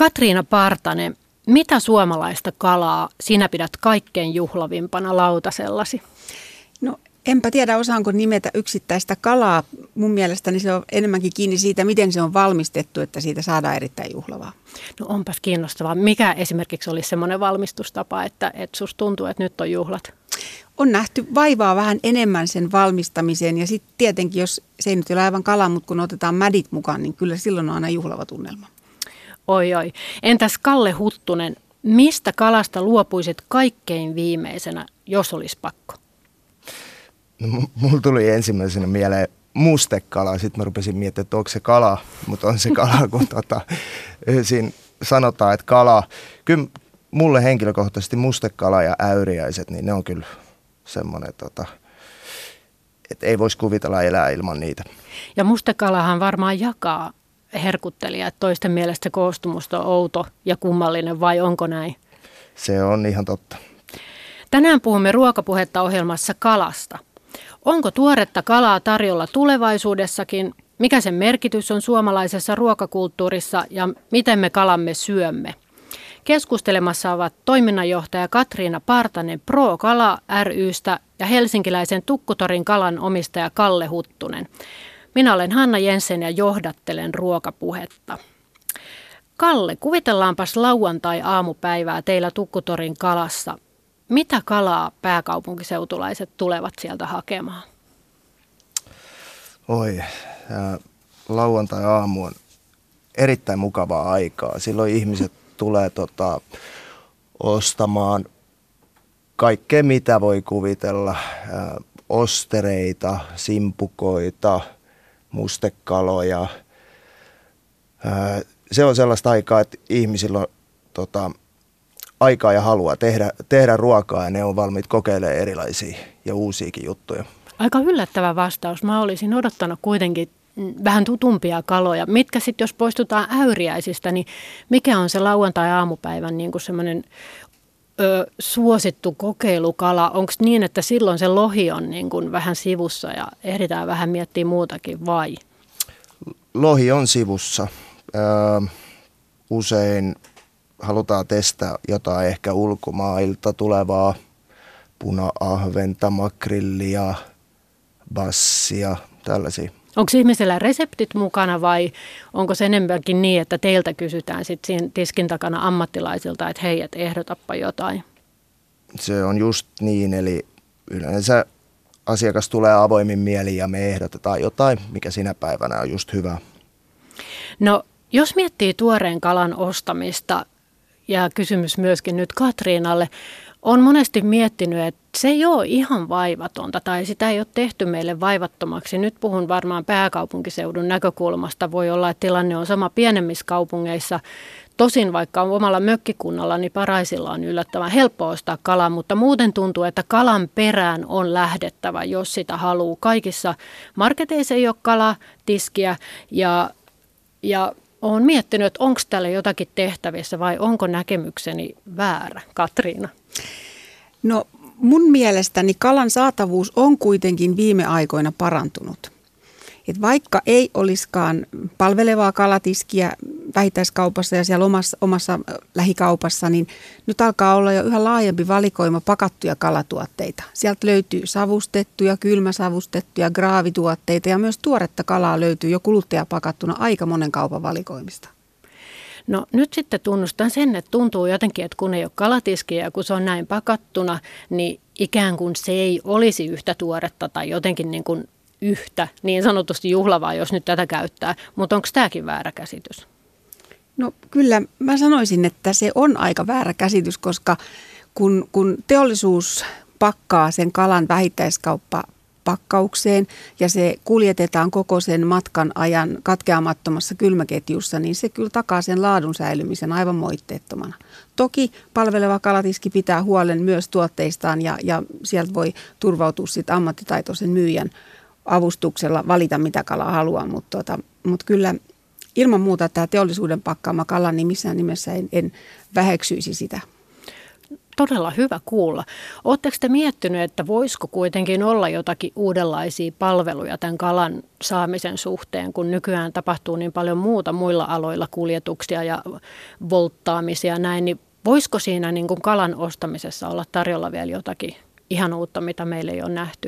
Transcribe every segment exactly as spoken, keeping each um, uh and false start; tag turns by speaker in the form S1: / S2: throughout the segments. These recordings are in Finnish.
S1: Katriina Partanen, mitä suomalaista kalaa sinä pidät kaikkein juhlavimpana lautasellasi?
S2: No enpä tiedä, osaanko nimetä yksittäistä kalaa. Mun mielestäni se on enemmänkin kiinni siitä, miten se on valmistettu, että siitä saadaan erittäin juhlavaa.
S1: No onpas kiinnostavaa. Mikä esimerkiksi olisi semmoinen valmistustapa, että, että susta tuntuu, että nyt on juhlat?
S2: On nähty vaivaa vähän enemmän sen valmistamiseen ja sitten tietenkin, jos se ei nyt ole aivan kala, mutta kun otetaan mädit mukaan, niin kyllä silloin on aina juhlava tunnelma.
S1: Oi oi. Entäs Kalle Huttunen, mistä kalasta luopuisit kaikkein viimeisenä, jos olisi pakko?
S3: No, mulla tuli ensimmäisenä mieleen mustekala. Sitten mä rupesin miettimään, että onko se kala, mutta on se kala, kun tota, siinä sanotaan, että kala. Kyllä mulle henkilökohtaisesti mustekala ja äyriäiset, niin ne on kyllä semmoinen, tota, että ei voisi kuvitella elää ilman niitä.
S1: Ja mustekalahan varmaan jakaa herkuttelijat. Toisten mielestä se koostumusta on outo ja kummallinen, vai onko näin?
S3: Se on ihan totta.
S1: Tänään puhumme Ruokapuhetta -ohjelmassa kalasta. Onko tuoretta kalaa tarjolla tulevaisuudessakin? Mikä sen merkitys on suomalaisessa ruokakulttuurissa ja miten me kalamme syömme? Keskustelemassa ovat toiminnanjohtaja Katriina Partanen Pro Kala ry:stä ja helsinkiläisen Tukkutorin kalan omistaja Kalle Huttunen. Minä olen Hanna Jensen ja johdattelen Ruokapuhetta. Kalle, kuvitellaanpas lauantai-aamupäivää teillä Tukkutorin kalassa. Mitä kalaa pääkaupunkiseutulaiset tulevat sieltä hakemaan?
S3: Oi, lauantai-aamu on erittäin mukavaa aikaa. Silloin ihmiset tulee tota, ostamaan kaikkea, mitä voi kuvitella. Ää, ostereita, simpukoita, mustekaloja. Ää, se on sellaista aikaa, että ihmisillä on tota, aikaa ja halua tehdä, tehdä ruokaa ja ne on valmiit kokeilemaan erilaisia ja uusiakin juttuja. Aika
S1: yllättävä vastaus. Mä olisin odottanut kuitenkin vähän tutumpia kaloja. Mitkä sitten, jos poistutaan äyriäisistä, niin mikä on se lauantai-aamupäivän niin kuin semmoinen ö, suosittu kokeilukala? Onko niin, että silloin se lohi on niin kuin vähän sivussa ja ehditään vähän miettiä muutakin vai?
S3: Lohi on sivussa. Ö, usein halutaan testaa jotain ehkä ulkomailta tulevaa, puna-ahventa, makrillia, bassia, tällaisia.
S1: Onko ihmisellä reseptit mukana vai onko se enemmänkin niin, että teiltä kysytään sit siinä tiskin takana ammattilaisilta, että hei, et ehdotappa jotain?
S3: Se on just niin, eli yleensä asiakas tulee avoimin mieliin ja me ehdotetaan jotain, mikä sinä päivänä on just hyvä.
S1: No, jos miettii tuoreen kalan ostamista, ja kysymys myöskin nyt Katriinalle, on monesti miettinyt, että se ei ole ihan vaivatonta tai sitä ei ole tehty meille vaivattomaksi. Nyt puhun varmaan pääkaupunkiseudun näkökulmasta. Voi olla, että tilanne on sama pienemmissä kaupungeissa. Tosin vaikka on omalla mökkikunnalla, niin Paraisilla on yllättävän helppo ostaa kalaa, mutta muuten tuntuu, että kalan perään on lähdettävä, jos sitä haluaa. Kaikissa marketeissa ei ole kalatiskiä ja, ja olen miettinyt, että onko täällä jotakin tehtävissä vai onko näkemykseni väärä, Katriina?
S2: No mun mielestäni kalan saatavuus on kuitenkin viime aikoina parantunut. Et vaikka ei olisikaan palvelevaa kalatiskiä vähittäiskaupassa ja siellä omassa, omassa lähikaupassa, niin nyt alkaa olla jo yhä laajempi valikoima pakattuja kalatuotteita. Sieltä löytyy savustettuja, kylmäsavustettuja, graavituotteita ja myös tuoretta kalaa löytyy jo kuluttajapakattuna aika monen kaupan valikoimista.
S1: No nyt sitten tunnustan sen, että tuntuu jotenkin, että kun ei ole kalatiskiä ja kun se on näin pakattuna, niin ikään kuin se ei olisi yhtä tuoretta tai jotenkin niin kuin yhtä niin sanotusti juhlavaa, jos nyt tätä käyttää. Mutta onko tämäkin väärä käsitys?
S2: No kyllä mä sanoisin, että se on aika väärä käsitys, koska kun, kun teollisuus pakkaa sen kalan vähittäiskauppa pakkaukseen ja se kuljetetaan koko sen matkan ajan katkeamattomassa kylmäketjussa, niin se kyllä takaa sen laadun säilymisen aivan moitteettomana. Toki palveleva kalatiski pitää huolen myös tuotteistaan ja, ja sieltä voi turvautua sitten ammattitaitoisen myyjän avustuksella valita mitä kalaa haluaa, mutta, tota, mutta kyllä ilman muuta tämä teollisuuden pakkaama kala, niin missään nimessä en, en väheksyisi sitä.
S1: todella hyvä kuulla. Oletteko te miettinyt, että voisiko kuitenkin olla jotakin uudenlaisia palveluja tämän kalan saamisen suhteen, kun nykyään tapahtuu niin paljon muuta muilla aloilla, kuljetuksia ja volttaamisia ja näin, niin voisiko siinä niin kuin kalan ostamisessa olla tarjolla vielä jotakin ihan uutta, mitä meillä ei ole nähty?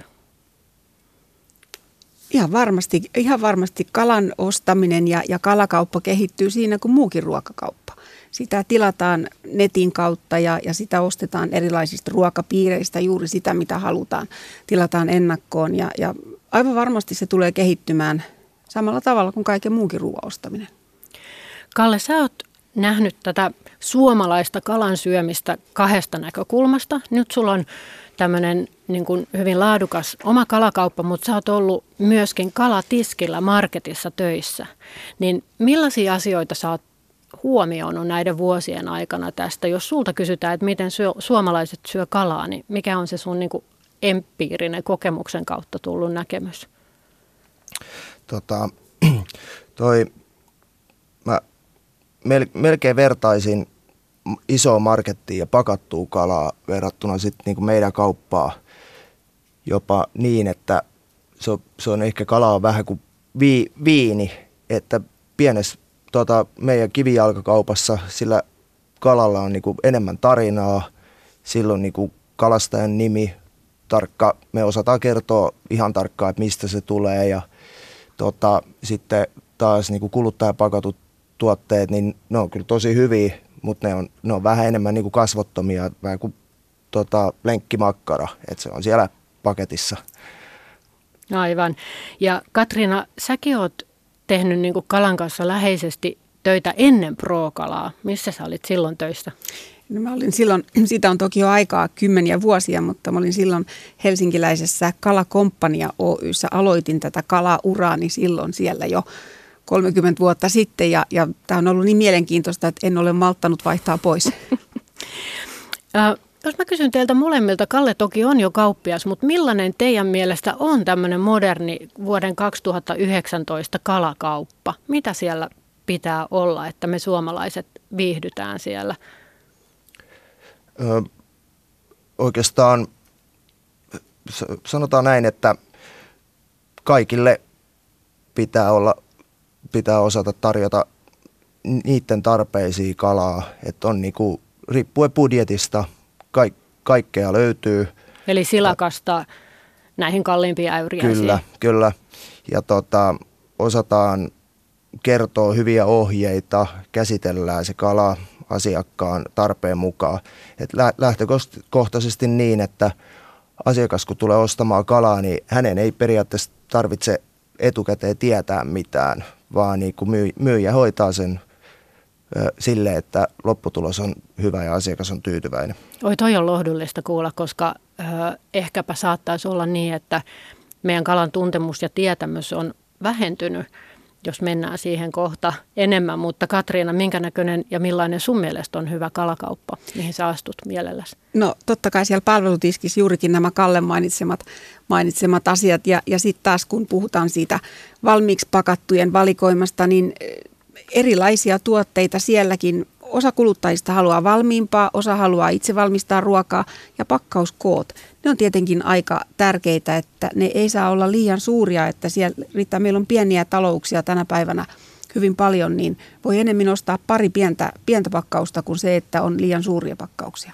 S2: Ihan varmasti, ihan varmasti kalan ostaminen ja, ja kalakauppa kehittyy siinä kuin muukin ruokakauppa. Sitä tilataan netin kautta ja, ja sitä ostetaan erilaisista ruokapiireistä, juuri sitä mitä halutaan. Tilataan ennakkoon ja, ja aivan varmasti se tulee kehittymään samalla tavalla kuin kaiken muukin ruoan ostaminen.
S1: Kalle, sä oot nähnyt tätä suomalaista kalan syömistä kahdesta näkökulmasta. Nyt sulla on tämmöinen niin kuin hyvin laadukas oma kalakauppa, mutta sä oot ollut myöskin kalatiskillä marketissa töissä. Niin millaisia asioita sä oot huomioinut näiden vuosien aikana tästä? Jos sulta kysytään, että miten syö, suomalaiset syö kalaa, niin mikä on se sun niin kuin empiirinen kokemuksen kautta tullut näkemys?
S3: Tota, toi, mä mel, melkein vertaisin isoa markettia ja pakattua kalaa verrattuna sitten niin kuin meidän kauppaa jopa niin, että se on, se on ehkä kalaa vähän kuin vi, viini, että pienessä tota, meidän kivijalkakaupassa sillä kalalla on niin kuin enemmän tarinaa, silloin niin kuin kalastajan nimi, tarkka, me osataan kertoa ihan tarkkaan, että mistä se tulee ja tota, sitten taas niin kuin kuluttajapakatut tuotteet, niin ne on kyllä tosi hyviä, mutta ne on, ne on vähän enemmän niin kuin kasvottomia, vähän kuin tota, lenkkimakkara, että se on siellä paketissa.
S1: Aivan. Ja Katriina, säkin oot tehnyt niin kuin kalan kanssa läheisesti töitä ennen Pro-kalaa. Missä sä olit silloin töissä?
S2: No mä olin silloin, siitä on toki jo aikaa kymmeniä vuosia, mutta mä olin silloin helsinkiläisessä Kalakomppania Oy:ssä. Aloitin tätä kalauraani silloin siellä jo kolmekymmentä vuotta sitten ja, ja tämä on ollut niin mielenkiintoista, että en ole malttanut vaihtaa pois.
S1: Jos mä kysyn teiltä molemmilta, Kalle toki on jo kauppias, mutta millainen teidän mielestä on tämmöinen moderni vuoden kaksituhattayhdeksäntoista kalakauppa? Mitä siellä pitää olla, että me suomalaiset viihdytään siellä?
S3: Ö, oikeastaan sanotaan näin, että kaikille pitää olla, pitää osata tarjota niiden tarpeisiin kalaa, että on niinku, riippuen budjetista, kaik, kaikkea löytyy.
S1: Eli silakasta näihin kalliimpiin äyriäisiin.
S3: Kyllä, kyllä. Ja tota, osataan kertoa hyviä ohjeita, käsitellään se kala asiakkaan tarpeen mukaan. Et lähtökohtaisesti niin, että asiakas kun tulee ostamaan kalaa, niin hänen ei periaatteessa tarvitse etukäteen tietää mitään, vaan niin kuin myyjä hoitaa sen ö, sille, että lopputulos on hyvä ja asiakas on tyytyväinen.
S1: Oi, toi on lohdullista kuulla, koska ö, ehkäpä saattaisi olla niin, että meidän kalan tuntemus ja tietämys on vähentynyt, jos mennään siihen kohta enemmän. Mutta Katriina, minkä näköinen ja millainen sun mielestä on hyvä kalakauppa, mihin sä astut mielelläsi?
S2: No totta kai siellä palvelutiskissä juurikin nämä Kallen mainitsemat, mainitsemat asiat. Ja, ja sitten taas kun puhutaan siitä valmiiksi pakattujen valikoimasta, niin erilaisia tuotteita sielläkin. Osa kuluttajista haluaa valmiimpaa, osa haluaa itse valmistaa ruokaa ja pakkauskoot. Ne on tietenkin aika tärkeitä, että ne ei saa olla liian suuria, että siellä riittää, meillä on pieniä talouksia tänä päivänä hyvin paljon, niin voi enemmän ostaa pari pientä, pientä pakkausta kuin se, että on liian suuria pakkauksia.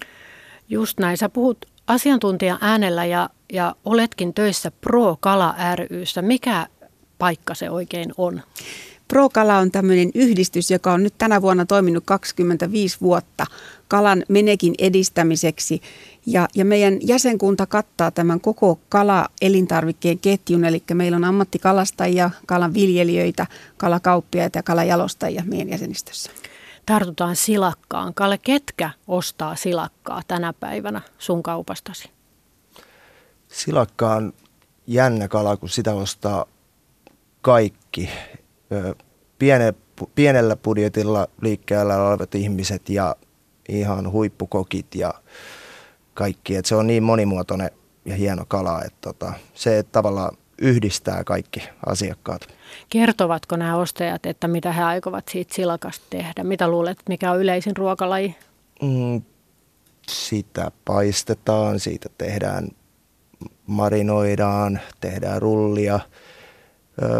S2: Just näin. Sä puhut asiantuntijan äänellä ja, ja oletkin töissä Pro-kala ry:ssä. Mikä paikka se oikein on? Pro-kala on tämmöinen yhdistys, joka on nyt tänä vuonna toiminut kaksikymmentäviisi vuotta kalan menekin edistämiseksi. Ja, ja meidän jäsenkunta kattaa tämän koko kala-elintarvikkeen ketjun, eli meillä on ammattikalastajia, kalan viljelijöitä, kalakauppiaita ja kalajalostajia meidän jäsenistössä. Tartutaan silakkaan. Kalle, ketkä ostaa silakkaa tänä päivänä sun kaupastasi?
S3: Silakka on jännä kala, kun sitä ostaa kaikki. Piene, pienellä budjetilla liikkeellä olevat ihmiset ja ihan huippukokit ja kaikki. Et se on niin monimuotoinen ja hieno kala, että tota, se että tavallaan yhdistää kaikki asiakkaat.
S1: Kertovatko nämä ostajat, että mitä he aikovat siitä silakasta tehdä? Mitä luulet, mikä on yleisin ruokalaji?
S3: Mm, sitä paistetaan, siitä tehdään, marinoidaan, tehdään rullia. Ö,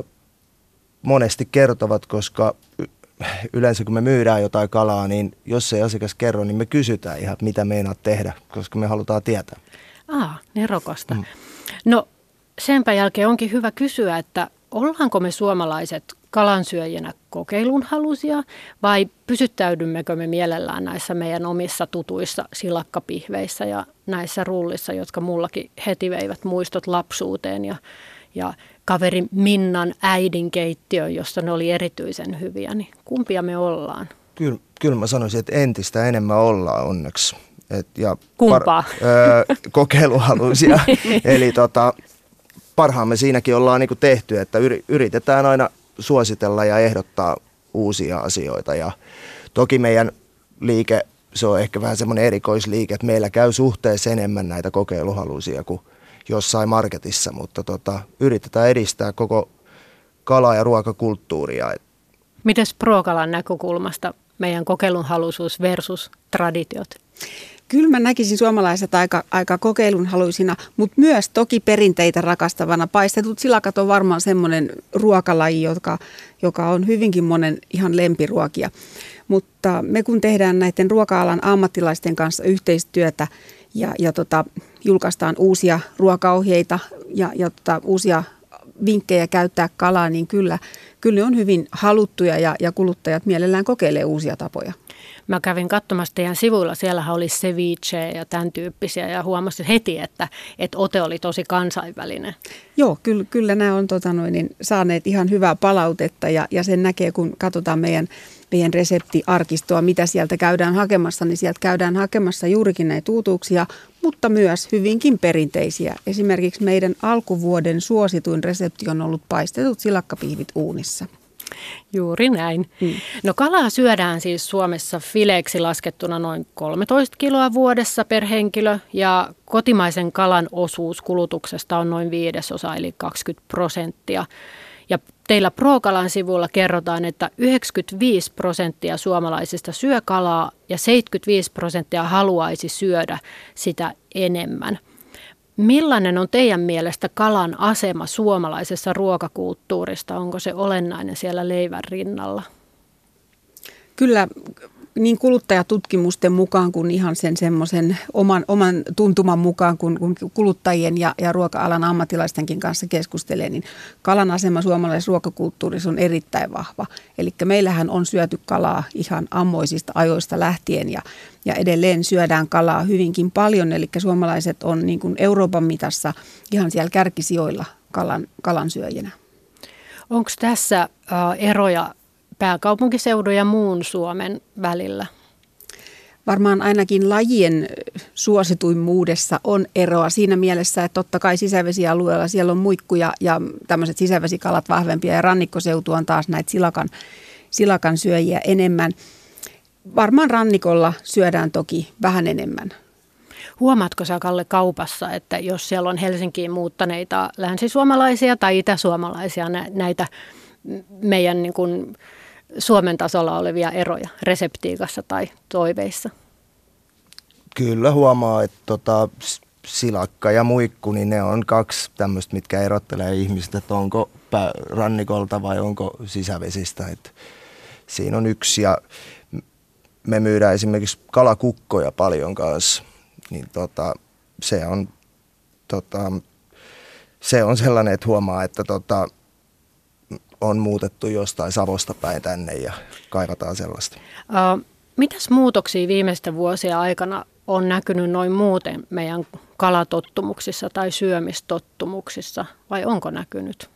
S3: monesti kertovat, koska yleensä kun me myydään jotain kalaa, niin jos ei asiakas kerro, niin me kysytään ihan, mitä meinaat tehdä, koska me halutaan tietää.
S1: Ah, nerokasta. Mm. No senpä jälkeen onkin hyvä kysyä, että ollaanko me suomalaiset kalansyöjinä kokeilunhaluisia vai pysyttäydymmekö me mielellään näissä meidän omissa tutuissa silakkapihveissä ja näissä rullissa, jotka mullakin heti veivät muistot lapsuuteen ja, ja kaveri Minnan äidin keittiöön, jossa ne oli erityisen hyviä, niin kumpia me ollaan?
S3: Kyllä, kyllä mä sanoisin, että entistä enemmän ollaan onneksi. Et, ja
S1: Kumpaa?
S3: Par, öö, kokeiluhaluisia. Eli tota, parhaamme siinäkin ollaan niinku tehty, että yritetään aina suositella ja ehdottaa uusia asioita. Ja toki meidän liike, se on ehkä vähän semmoinen erikoisliike, että meillä käy suhteessa enemmän näitä kokeiluhaluisia kuin jossain marketissa, mutta tota, yritetään edistää koko kala- ja ruokakulttuuria.
S1: Mites Prokalan näkökulmasta meidän kokeilunhaluisuus versus traditiot?
S2: Kyllä mä näkisin suomalaiset aika, aika kokeilunhaluisina, mutta myös toki perinteitä rakastavana. Paistetut silakat on varmaan semmoinen ruokalaji, joka, joka on hyvinkin monen ihan lempiruokia. Mutta me kun tehdään näiden ruoka-alan ammattilaisten kanssa yhteistyötä ja, ja tota, julkaistaan uusia ruokaohjeita ja, ja tota, uusia vinkkejä käyttää kalaa, niin kyllä, kyllä ne on hyvin haluttuja ja, ja kuluttajat mielellään kokeilee uusia tapoja.
S1: Mä kävin katsomassa teidän sivuilla, siellähän oli ceviche ja tämän tyyppisiä ja huomasin heti, että, että ote oli tosi kansainvälinen.
S2: Joo, kyllä, kyllä nämä on tota noin, niin saaneet ihan hyvää palautetta ja, ja sen näkee, kun katsotaan meidän, meidän reseptiarkistoa, mitä sieltä käydään hakemassa, niin sieltä käydään hakemassa juurikin näitä uutuuksia, mutta myös hyvinkin perinteisiä. Esimerkiksi meidän alkuvuoden suosituin resepti on ollut paistetut silakkapihvit uunissa.
S1: Juuri näin. Hmm. No kalaa syödään siis Suomessa fileeksi laskettuna noin kolmetoista kiloa vuodessa per henkilö ja kotimaisen kalan osuus kulutuksesta on noin viidesosa eli kaksikymmentä prosenttia. Ja teillä Prokalan sivulla kerrotaan, että yhdeksänkymmentäviisi prosenttia suomalaisista syö kalaa ja seitsemänkymmentäviisi prosenttia haluaisi syödä sitä enemmän. Millainen on teidän mielestä kalan asema suomalaisessa ruokakulttuurista? Onko se olennainen siellä leivän rinnalla?
S2: Kyllä niin kuluttajatutkimusten mukaan kuin ihan sen semmoisen oman, oman tuntuman mukaan, kun, kun kuluttajien ja, ja ruoka-alan ammattilaistenkin kanssa keskustelee, niin kalan asema suomalaisessa ruokakulttuurissa on erittäin vahva. Eli meillähän on syöty kalaa ihan ammoisista ajoista lähtien ja, ja edelleen syödään kalaa hyvinkin paljon. Eli suomalaiset on niin kuin Euroopan mitassa ihan siellä kärkisijoilla kalan, kalan syöjinä.
S1: Onko tässä äh, eroja pääkaupunkiseudun ja muun Suomen välillä?
S2: Varmaan ainakin lajien suosituimmuudessa on eroa siinä mielessä, että totta kai sisävesialueella siellä on muikkuja ja tämmöiset sisävesikalat vahvempia ja rannikkoseutu on taas näitä silakan, silakan syöjiä enemmän. Varmaan rannikolla syödään toki vähän enemmän.
S1: Huomaatko sä, Kalle, kaupassa, että jos siellä on Helsinkiin muuttaneita länsisuomalaisia tai itäsuomalaisia näitä meidän niin kuin Suomen tasolla olevia eroja reseptiikassa tai toiveissa?
S3: Kyllä huomaa, että tota, silakka ja muikku, niin ne on kaksi tämmöistä, mitkä erottelee ihmistä, että onko rannikolta vai onko sisävesistä. Että siinä on yksi ja me myydään esimerkiksi kalakukkoja paljon kanssa, niin tota, se, on, tota, se on sellainen, että huomaa, että tota, on muutettu jostain Savosta päin tänne ja kaivataan sellaista.
S1: Uh, mitäs muutoksia viimeisten vuosien aikana on näkynyt noin muuten meidän kalatottumuksissa tai syömistottumuksissa vai onko näkynyt?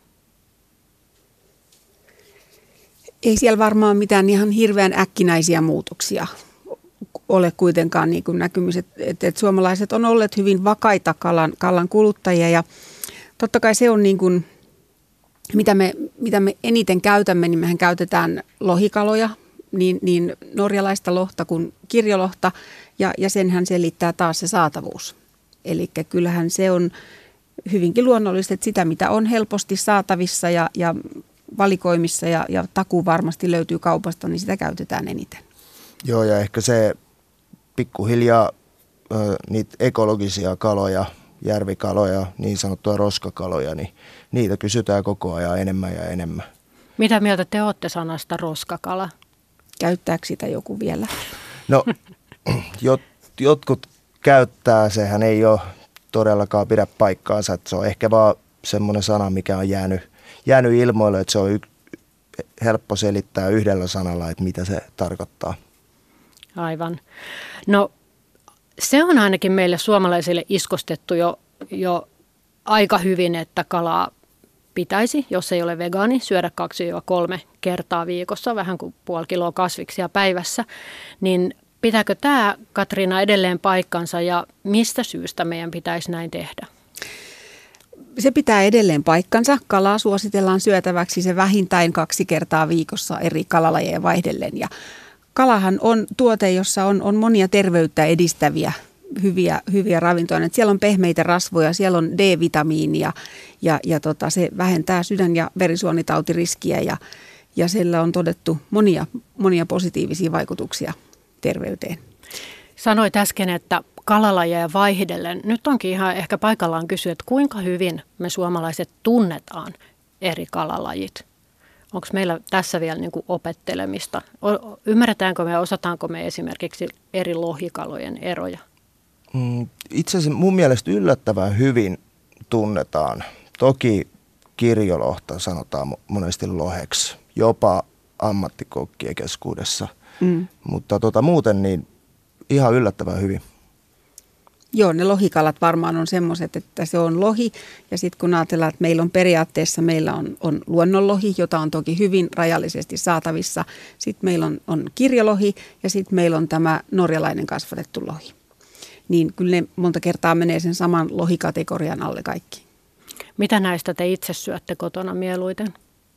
S2: Ei siellä varmaan mitään ihan hirveän äkkinäisiä muutoksia ole kuitenkaan niin kuin näkymiset, että, että suomalaiset on olleet hyvin vakaita kalan, kalan kuluttajia ja totta kai se on niin kuin Mitä me, mitä me eniten käytämme, niin mehän käytetään lohikaloja, niin, niin norjalaista lohta kuin kirjolohta, ja, ja senhän selittää taas se saatavuus. Eli kyllähän se on hyvinkin luonnollista, että sitä mitä on helposti saatavissa ja, ja valikoimissa ja, ja takuu varmasti löytyy kaupasta, niin sitä käytetään eniten.
S3: Joo, ja ehkä se pikkuhiljaa ö, niitä ekologisia kaloja, järvikaloja, niin sanottuja roskakaloja, niin niitä kysytään koko ajan enemmän ja enemmän.
S1: Mitä mieltä te olette sanasta roskakala?
S2: Käyttääkö sitä joku vielä?
S3: No, jot, jotkut käyttää, sehän ei ole todellakaan pidä paikkaansa, että se on ehkä vaan semmoinen sana, mikä on jäänyt, jäänyt ilmoille, että se on y, helppo selittää yhdellä sanalla, että mitä se tarkoittaa.
S1: Aivan. No se on ainakin meille suomalaisille iskostettu jo, jo aika hyvin, että kalaa pitäisi, jos ei ole vegaani, syödä kaksi kolme kertaa viikossa, vähän kuin puoli kiloa kasviksia päivässä. Niin pitääkö tämä, Katriina, edelleen paikkansa ja mistä syystä meidän pitäisi näin tehdä?
S2: Se pitää edelleen paikkansa. Kalaa suositellaan syötäväksi se vähintään kaksi kertaa viikossa eri kalalajeja vaihdellen. Ja kalahan on tuote, jossa on, on monia terveyttä edistäviä hyviä, hyviä ravintoja. Siellä on pehmeitä rasvoja, siellä on D-vitamiinia ja, ja tota, se vähentää sydän- ja verisuonitautiriskiä ja, ja sillä on todettu monia, monia positiivisia vaikutuksia terveyteen.
S1: Sanoit äsken, että kalalajeja vaihdellen. Nyt onkin ihan ehkä paikallaan kysyä, että kuinka hyvin me suomalaiset tunnetaan eri kalalajit? Onko meillä tässä vielä niin kuin opettelemista? Ymmärretäänkö me ja osataanko me esimerkiksi eri lohikalojen eroja?
S3: Itse asiassa mun mielestä yllättävän hyvin tunnetaan. Toki kirjolohta sanotaan monesti loheksi, jopa ammattikokkien keskuudessa. Mm. Mutta tota, muuten niin ihan yllättävän hyvin.
S2: Joo, ne lohikalat varmaan on semmoiset, että se on lohi ja sitten kun ajatellaan, että meillä on periaatteessa, meillä on, on luonnonlohi, jota on toki hyvin rajallisesti saatavissa. Sitten meillä on, on kirjolohi ja sitten meillä on tämä norjalainen kasvatettu lohi. Niin kyllä ne monta kertaa menee sen saman lohikategorian alle kaikki.
S1: Mitä näistä te itse syötte kotona mieluiten?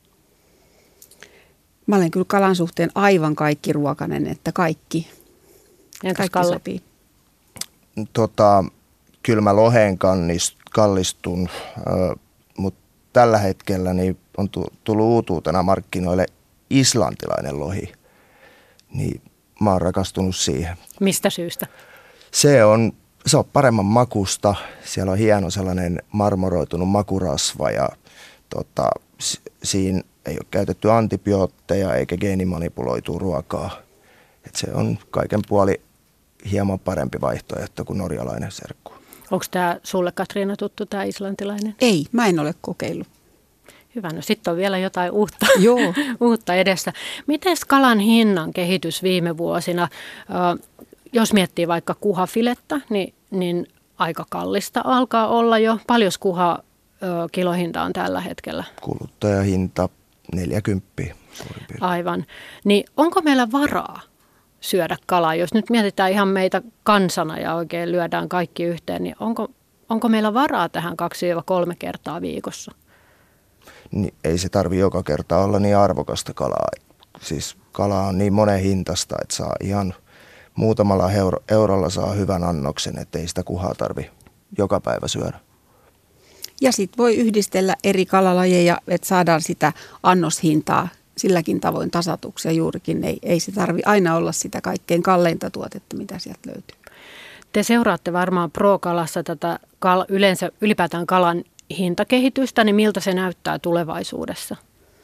S2: Mä olen kyllä kalan suhteen aivan kaikki ruokainen, että kaikki,
S1: Entäs
S2: kaikki sopii.
S3: Tota, kyllä mä loheen kannist, kallistun, äh, mutta tällä hetkellä niin on tullut uutuutena markkinoille islantilainen lohi. Niin mä oon rakastunut siihen. Mistä
S1: syystä?
S3: Se on, se on paremman makusta. Siellä on hieno sellainen marmoroitunut makurasva ja tota, s- siinä ei ole käytetty antibiootteja eikä geenimanipuloitua ruokaa. Et se on kaiken puoli hieman parempi vaihtoehto kuin norjalainen serkku.
S1: Onko tämä sulle, Katriina, tuttu tämä islantilainen?
S2: Ei, mä en ole kokeillut.
S1: Hyvä, no sitten on vielä jotain uutta,
S2: Joo.
S1: uutta edessä. Miten kalan hinnan kehitys viime vuosina? Jos miettii vaikka kuhafilettä, niin, niin aika kallista alkaa olla jo. Paljon kuha kilohinta on tällä hetkellä?
S3: Kuluttajahinta neljäkymmentä suurin piirtein.
S1: Aivan. Niin onko meillä varaa syödä kalaa? Jos nyt mietitään ihan meitä kansana ja oikein lyödään kaikki yhteen, niin onko, onko meillä varaa tähän kaksi kolme kertaa viikossa?
S3: Niin ei se tarvitse joka kerta olla niin arvokasta kalaa. Siis kala on niin monen hintasta, että saa ihan muutamalla euro, eurolla saa hyvän annoksen, ettei sitä kuhaa tarvitse joka päivä syödä.
S2: Ja sitten voi yhdistellä eri kalalajeja, että saadaan sitä annoshintaa silläkin tavoin tasatuksia juurikin. Ei, ei se tarvitse aina olla sitä kaikkein kalleinta tuotetta, mitä sieltä löytyy.
S1: Te seuraatte varmaan Pro-kalassa tätä kal- yleensä ylipäätään kalan hintakehitystä, niin miltä se näyttää tulevaisuudessa?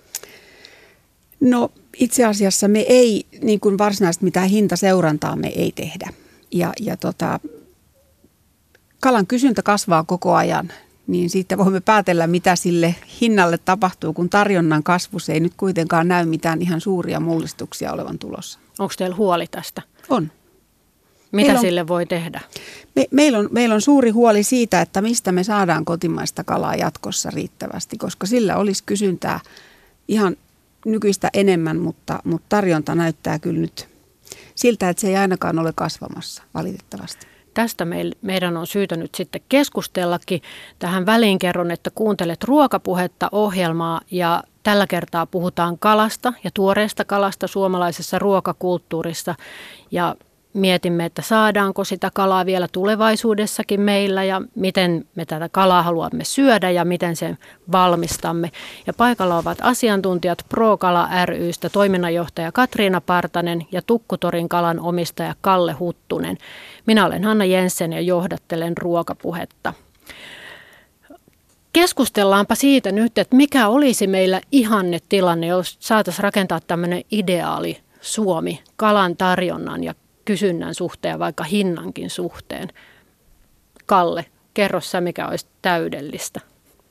S2: No itse asiassa me ei, niin kuin varsinaisesti mitään hintaseurantaa me ei tehdä. Ja, ja tota, kalan kysyntä kasvaa koko ajan, niin siitä voimme päätellä, mitä sille hinnalle tapahtuu, kun tarjonnan kasvussa ei nyt kuitenkaan näy mitään ihan suuria mullistuksia olevan tulossa.
S1: Onko teillä huoli tästä?
S2: On.
S1: Mitä
S2: on,
S1: sille voi tehdä?
S2: Me, meillä, on, meillä on suuri huoli siitä, että mistä me saadaan kotimaista kalaa jatkossa riittävästi, koska sillä olisi kysyntää ihan nykyistä enemmän, mutta, mutta tarjonta näyttää kyllä nyt siltä, että se ei ainakaan ole kasvamassa valitettavasti.
S1: Tästä meidän on syytä nyt sitten keskustellakin. Tähän väliin kerron, että kuuntelet Ruokapuhetta -ohjelmaa ja tällä kertaa puhutaan kalasta ja tuoreesta kalasta suomalaisessa ruokakulttuurissa. Ja mietimme, että saadaanko sitä kalaa vielä tulevaisuudessakin meillä ja miten me tätä kalaa haluamme syödä ja miten sen valmistamme. Ja paikalla ovat asiantuntijat ProKala ry:stä toiminnanjohtaja Katriina Partanen ja Tukkutorin kalan omistaja Kalle Huttunen. Minä olen Hanna Jensen ja johdattelen ruokapuhetta. Keskustellaanpa siitä nyt, että mikä olisi meillä ihanne tilanne, jos saataisiin rakentaa tämmöinen ideaali Suomi kalan tarjonnan ja kysynnän suhteen, vaikka hinnankin suhteen. Kalle, kerro sä, mikä olisi täydellistä.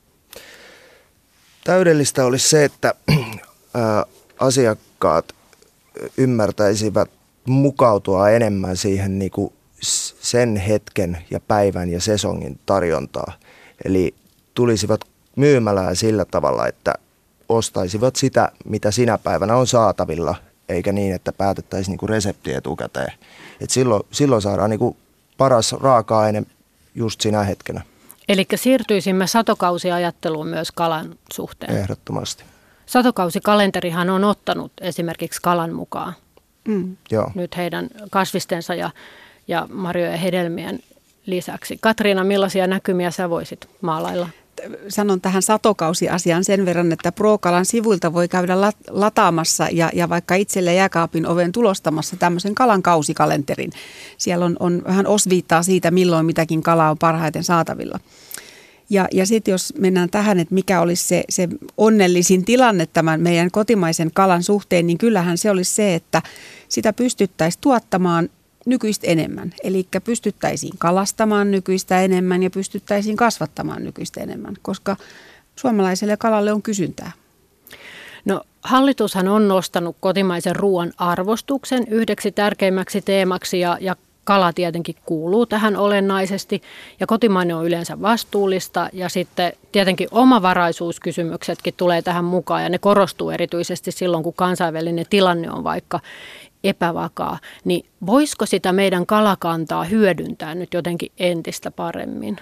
S3: Täydellistä olisi se, että ää, asiakkaat ymmärtäisivät mukautua enemmän siihen niin kuin sen hetken ja päivän ja sesongin tarjontaa. Eli tulisivat myymälään sillä tavalla, että ostaisivat sitä, mitä sinä päivänä on saatavilla, eikä niin, että päätettäisiin niinku resepti etukäteen. Et silloin, silloin saadaan niinku paras raaka-aine just sinä hetkenä.
S1: Eli siirtyisimme satokausiajatteluun myös kalan suhteen.
S3: Ehdottomasti.
S1: Satokausikalenterihan on ottanut esimerkiksi kalan mukaan.
S2: Mm.
S3: Joo.
S1: Nyt heidän kasvistensa ja, ja marjojen ja hedelmien lisäksi. Katriina, millaisia näkymiä sä voisit maalailla?
S2: Sanon tähän satokausiasiaan sen verran, että ProKalan sivuilta voi käydä lataamassa ja, ja vaikka itselle jääkaapin oven tulostamassa tämmöisen kalan kausikalenterin. Siellä on, on vähän osviittaa siitä, milloin mitäkin kalaa on parhaiten saatavilla. Ja, ja sitten jos mennään tähän, että mikä olisi se, se onnellisin tilanne tämän meidän kotimaisen kalan suhteen, niin kyllähän se olisi se, että sitä pystyttäisiin tuottamaan nykyistä enemmän. Eli pystyttäisiin kalastamaan nykyistä enemmän ja pystyttäisiin kasvattamaan nykyistä enemmän, koska suomalaiselle kalalle on kysyntää.
S1: No, hallitushan on nostanut kotimaisen ruoan arvostuksen yhdeksi tärkeimmäksi teemaksi ja, ja kala tietenkin kuuluu tähän olennaisesti ja kotimainen on yleensä vastuullista ja sitten tietenkin omavaraisuuskysymyksetkin tulee tähän mukaan ja ne korostuu erityisesti silloin, kun kansainvälinen tilanne on vaikka epävakaa, niin voisiko sitä meidän kalakantaa hyödyntää nyt jotenkin entistä paremmin?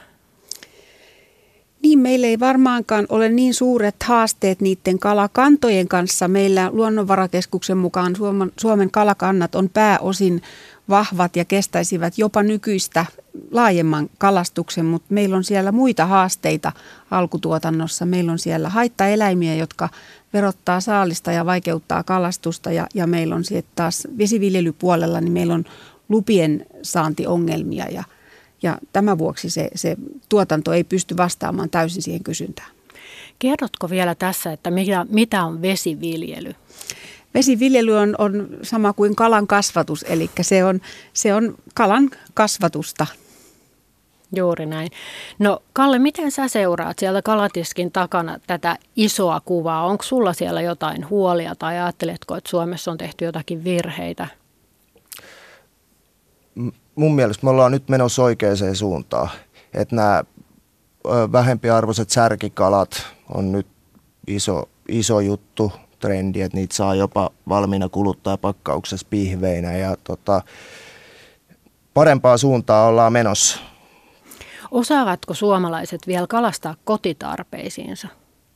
S2: Niin, meillä ei varmaankaan ole niin suuret haasteet niiden kalakantojen kanssa. Meillä Luonnonvarakeskuksen mukaan Suomen, Suomen kalakannat on pääosin vahvat ja kestäisivät jopa nykyistä laajemman kalastuksen, mutta meillä on siellä muita haasteita alkutuotannossa. Meillä on siellä haittaeläimiä, jotka verottaa saalista ja vaikeuttaa kalastusta ja, ja meillä on sitten taas vesiviljelypuolella, niin meillä on lupien saantiongelmia ja, ja tämän vuoksi se, se tuotanto ei pysty vastaamaan täysin siihen kysyntään.
S1: Kerrotko vielä tässä, että mitä, mitä on vesiviljely?
S2: Vesiviljely on, on sama kuin kalan kasvatus, eli se on, se on kalan kasvatusta.
S1: Juuri näin. No Kalle, miten sä seuraat sieltä kalatiskin takana tätä isoa kuvaa? Onko sulla siellä jotain huolia tai ajatteletko, että Suomessa on tehty jotakin virheitä?
S3: Mun mielestä me ollaan nyt menossa oikeaan suuntaan. Että nämä vähempiarvoiset särkikalat on nyt iso, iso juttu. Trendi, että niitä saa jopa valmiina kuluttajapakkauksessa pihveinä ja tota, parempaa suuntaa ollaan menossa.
S1: Osaavatko suomalaiset vielä kalastaa kotitarpeisiinsa?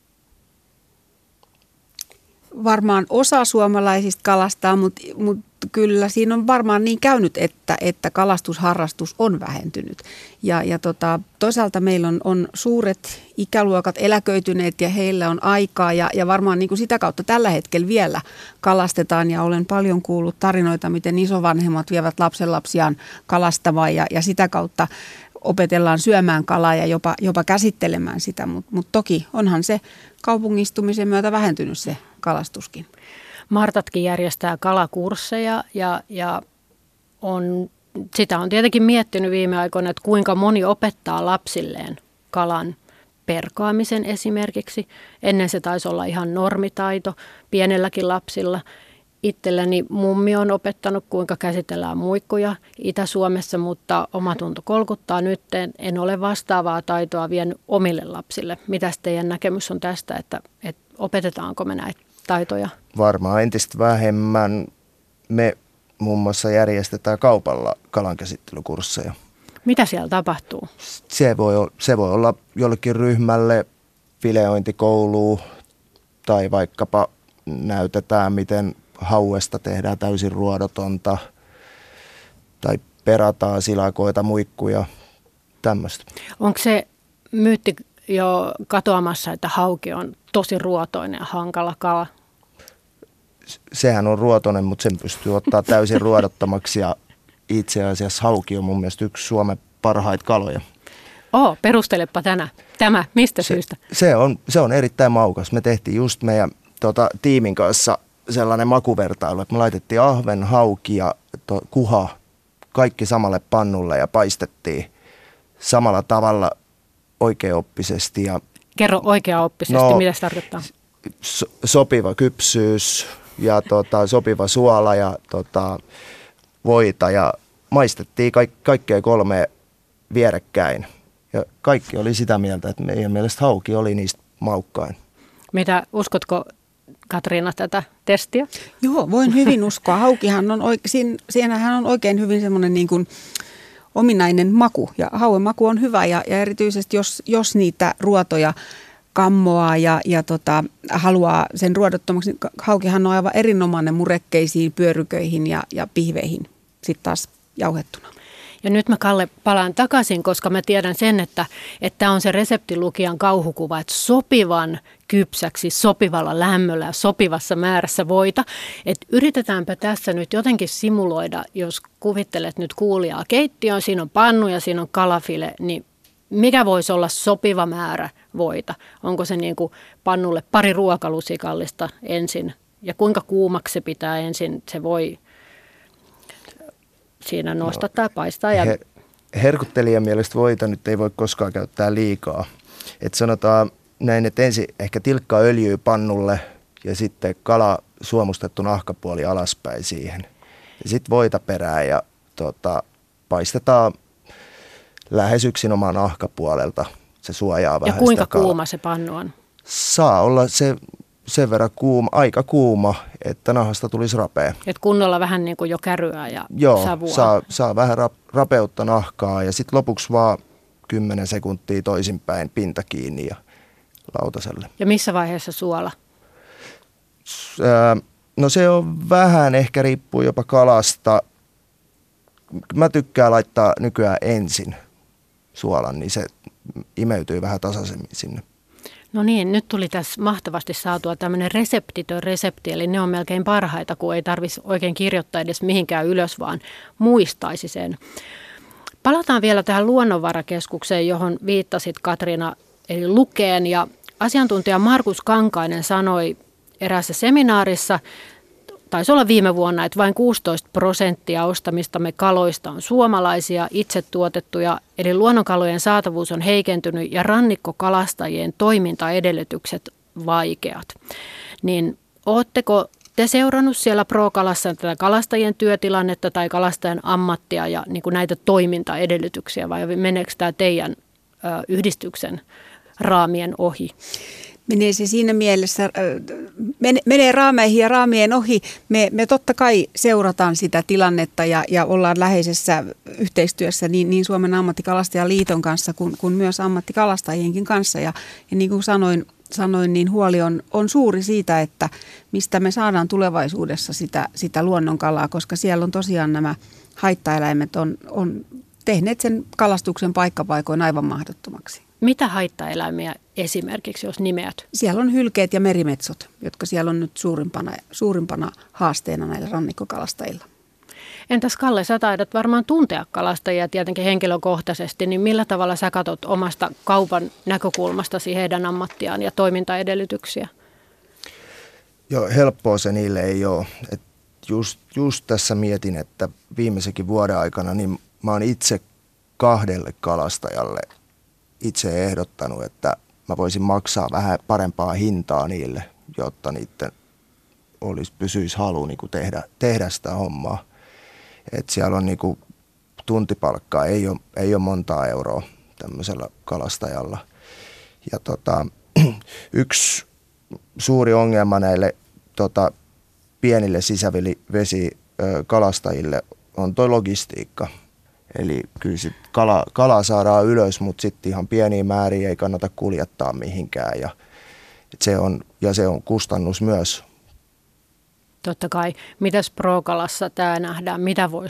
S2: Varmaan osa suomalaisista kalastaa, mutta, mutta kyllä siinä on varmaan niin käynyt, että, että kalastusharrastus on vähentynyt. Ja, ja tota, toisaalta meillä on, on suuret ikäluokat eläköityneet ja heillä on aikaa ja, ja varmaan niin kuin sitä kautta tällä hetkellä vielä kalastetaan. Ja olen paljon kuullut tarinoita, miten isovanhemmat vievät lapsenlapsiaan kalastamaan ja, ja sitä kautta opetellaan syömään kalaa ja jopa, jopa käsittelemään sitä, mutta mut toki onhan se kaupungistumisen myötä vähentynyt se kalastuskin.
S1: Martatkin järjestää kalakursseja ja, ja on, sitä on tietenkin miettinyt viime aikoina, että kuinka moni opettaa lapsilleen kalan perkaamisen esimerkiksi. Ennen se taisi olla ihan normitaito pienelläkin lapsilla. Itselläni mummi on opettanut, kuinka käsitellään muikkuja Itä-Suomessa, mutta omatunto kolkuttaa nyt. En ole vastaavaa taitoa vienyt omille lapsille. Mitäs teidän näkemys on tästä, että, että opetetaanko me näitä taitoja?
S3: Varmaan entistä vähemmän. Me muun muassa järjestetään kaupalla kalankäsittelykursseja.
S1: Mitä siellä tapahtuu?
S3: Se voi, se voi olla jollekin ryhmälle fileointikouluun tai vaikkapa näytetään, miten hauesta tehdään täysin ruodotonta. tai perataan, silakoita, muikkuja, tämmöistä.
S1: Onko se myytti jo katoamassa, että hauki on tosi ruotoinen ja hankala kala?
S3: Sehän on ruotoinen, mutta sen pystyy ottaa täysin ruodottomaksi ja itse asiassa hauki on mun mielestä yksi Suomen parhaita kaloja.
S1: Oo, perustelepa tänä. Tämä, mistä
S3: se,
S1: syystä?
S3: Se on, se on erittäin maukas. Me tehtiin just meidän tota, tiimin kanssa sellainen makuvertailu, että me laitettiin ahven, hauki ja to, kuha kaikki samalle pannulle ja paistettiin samalla tavalla oikeaoppisesti. Ja,
S1: kerro oikeaoppisesti,
S3: no,
S1: mitä se tarkoittaa?
S3: So, sopiva kypsyys ja tota, sopiva suola ja tota, voita ja maistettiin kaik, kaikkea kolme vierekkäin. Ja kaikki oli sitä mieltä, että meidän mielestä hauki oli niistä maukkain.
S1: Mitä, uskotko Katriina tätä testiä?
S2: Joo, voin hyvin uskoa. Haukihan on, oike- siinä, siinähän on oikein hyvin semmoinen niin kuin ominainen maku. Ja hauen maku on hyvä ja, ja erityisesti jos, jos niitä ruotoja kammoaa ja, ja tota, haluaa sen ruodottomaksi, niin haukihan on aivan erinomainen murekkeisiin, pyöryköihin ja, ja pihveihin sitten taas jauhettuna.
S1: Ja nyt mä, Kalle, palaan takaisin, koska mä tiedän sen, että tämä on se reseptilukijan kauhukuva, että sopivan kypsäksi, sopivalla lämmöllä ja sopivassa määrässä voita. Että yritetäänpä tässä nyt jotenkin simuloida, jos kuvittelet nyt kuulijaa keittiöön, siinä on pannu ja siinä on kalafile, niin mikä voisi olla sopiva määrä voita? Onko se niin kuin pannulle pari ruokalusikallista ensin ja kuinka kuumaksi se pitää ensin se voi siinä nostaa no, tai paistaa. Ja... Her-
S3: herkuttelijan mielestä voita nyt ei voi koskaan käyttää liikaa. Et sanotaan näin, että ensin ehkä tilkka öljyä pannulle ja sitten kala suomustettu nahkapuoli alaspäin siihen. Ja sitten voita perään ja tota, paistetaan lähes yksinomaan nahkapuolelta. Se suojaa vähän
S1: ja kuinka
S3: sitä kalaa.
S1: Kuuma se pannu on?
S3: Saa olla se sen verran kuuma, aika kuuma, että nahasta tulisi rapea.
S1: Et kunnolla vähän niin kuin jo käryää ja
S3: Joo,
S1: savua.
S3: saa, saa vähän rap, rapeutta nahkaa ja sitten lopuksi vaan kymmenen sekuntia toisinpäin pinta kiinni ja lautaselle.
S1: Ja missä vaiheessa suola?
S3: S- ää, no se on vähän, ehkä riippuu jopa kalasta. Mä tykkään laittaa nykyään ensin suolan, niin se imeytyy vähän tasaisemmin sinne.
S1: No niin, nyt tuli tässä mahtavasti saatua tämmöinen reseptitön resepti, eli ne on melkein parhaita, kun ei tarvitsisi oikein kirjoittaa edes mihinkään ylös, vaan muistaisi sen. Palataan vielä tähän luonnonvarakeskukseen, johon viittasit Katriina, eli Lukeen, ja asiantuntija Markus Kankainen sanoi eräässä seminaarissa, taisi olla viime vuonna, että vain kuusitoista prosenttia ostamistamme kaloista on suomalaisia, itse tuotettuja, eli luonnonkalojen saatavuus on heikentynyt ja rannikkokalastajien toimintaedellytykset vaikeat. Niin ootteko te seurannut siellä Pro-kalassa tätä kalastajien työtilannetta tai kalastajan ammattia ja niin kuin näitä toimintaedellytyksiä vai meneekö tämä teidän ö, yhdistyksen raamien ohi?
S2: Menee se siinä mielessä, menee raameihin ja raamien ohi. Me, me totta kai seurataan sitä tilannetta ja, ja ollaan läheisessä yhteistyössä niin, niin Suomen ammattikalastajaliiton kanssa kuin, kuin myös ammattikalastajienkin kanssa. Ja, ja niin kuin sanoin, sanoin, niin huoli on, on suuri siitä, että mistä me saadaan tulevaisuudessa sitä, sitä luonnonkalaa, koska siellä on tosiaan nämä haittaeläimet on, on tehneet sen kalastuksen paikkapaikoin aivan mahdottomaksi.
S1: Mitä haittaeläimiä esimerkiksi, jos nimeät?
S2: Siellä on hylkeet ja merimetsot, jotka siellä on nyt suurimpana, suurimpana haasteena näillä rannikkokalastajilla.
S1: Entäs Kalle, sä taidat varmaan tuntea kalastajia tietenkin henkilökohtaisesti, niin millä tavalla sä katot omasta kaupan näkökulmastasi heidän ammattiaan ja toimintaedellytyksiä?
S3: Joo, helppoa se niille ei ole. Et just, just tässä mietin, että viimeisenkin vuoden aikana niin mä oon itse kahdelle kalastajalle itse ehdottanut, että mä voisin maksaa vähän parempaa hintaa niille, jotta niiden olisi, pysyisi halu niin kuin tehdä, tehdä sitä hommaa. Et siellä on niin kuin tuntipalkkaa, ei ole, ei ole montaa euroa tämmöisellä kalastajalla. Ja tota, yksi suuri ongelma näille tota, pienille sisävesikalastajille on toi logistiikka. Eli kyllä sit kala, kala saadaan ylös, mutta sitten ihan pieniä määriä ei kannata kuljettaa mihinkään. Ja se on, ja se on kustannus myös.
S1: Totta kai. Mitäs Pro-kalassa tämä nähdään? Mitä voisi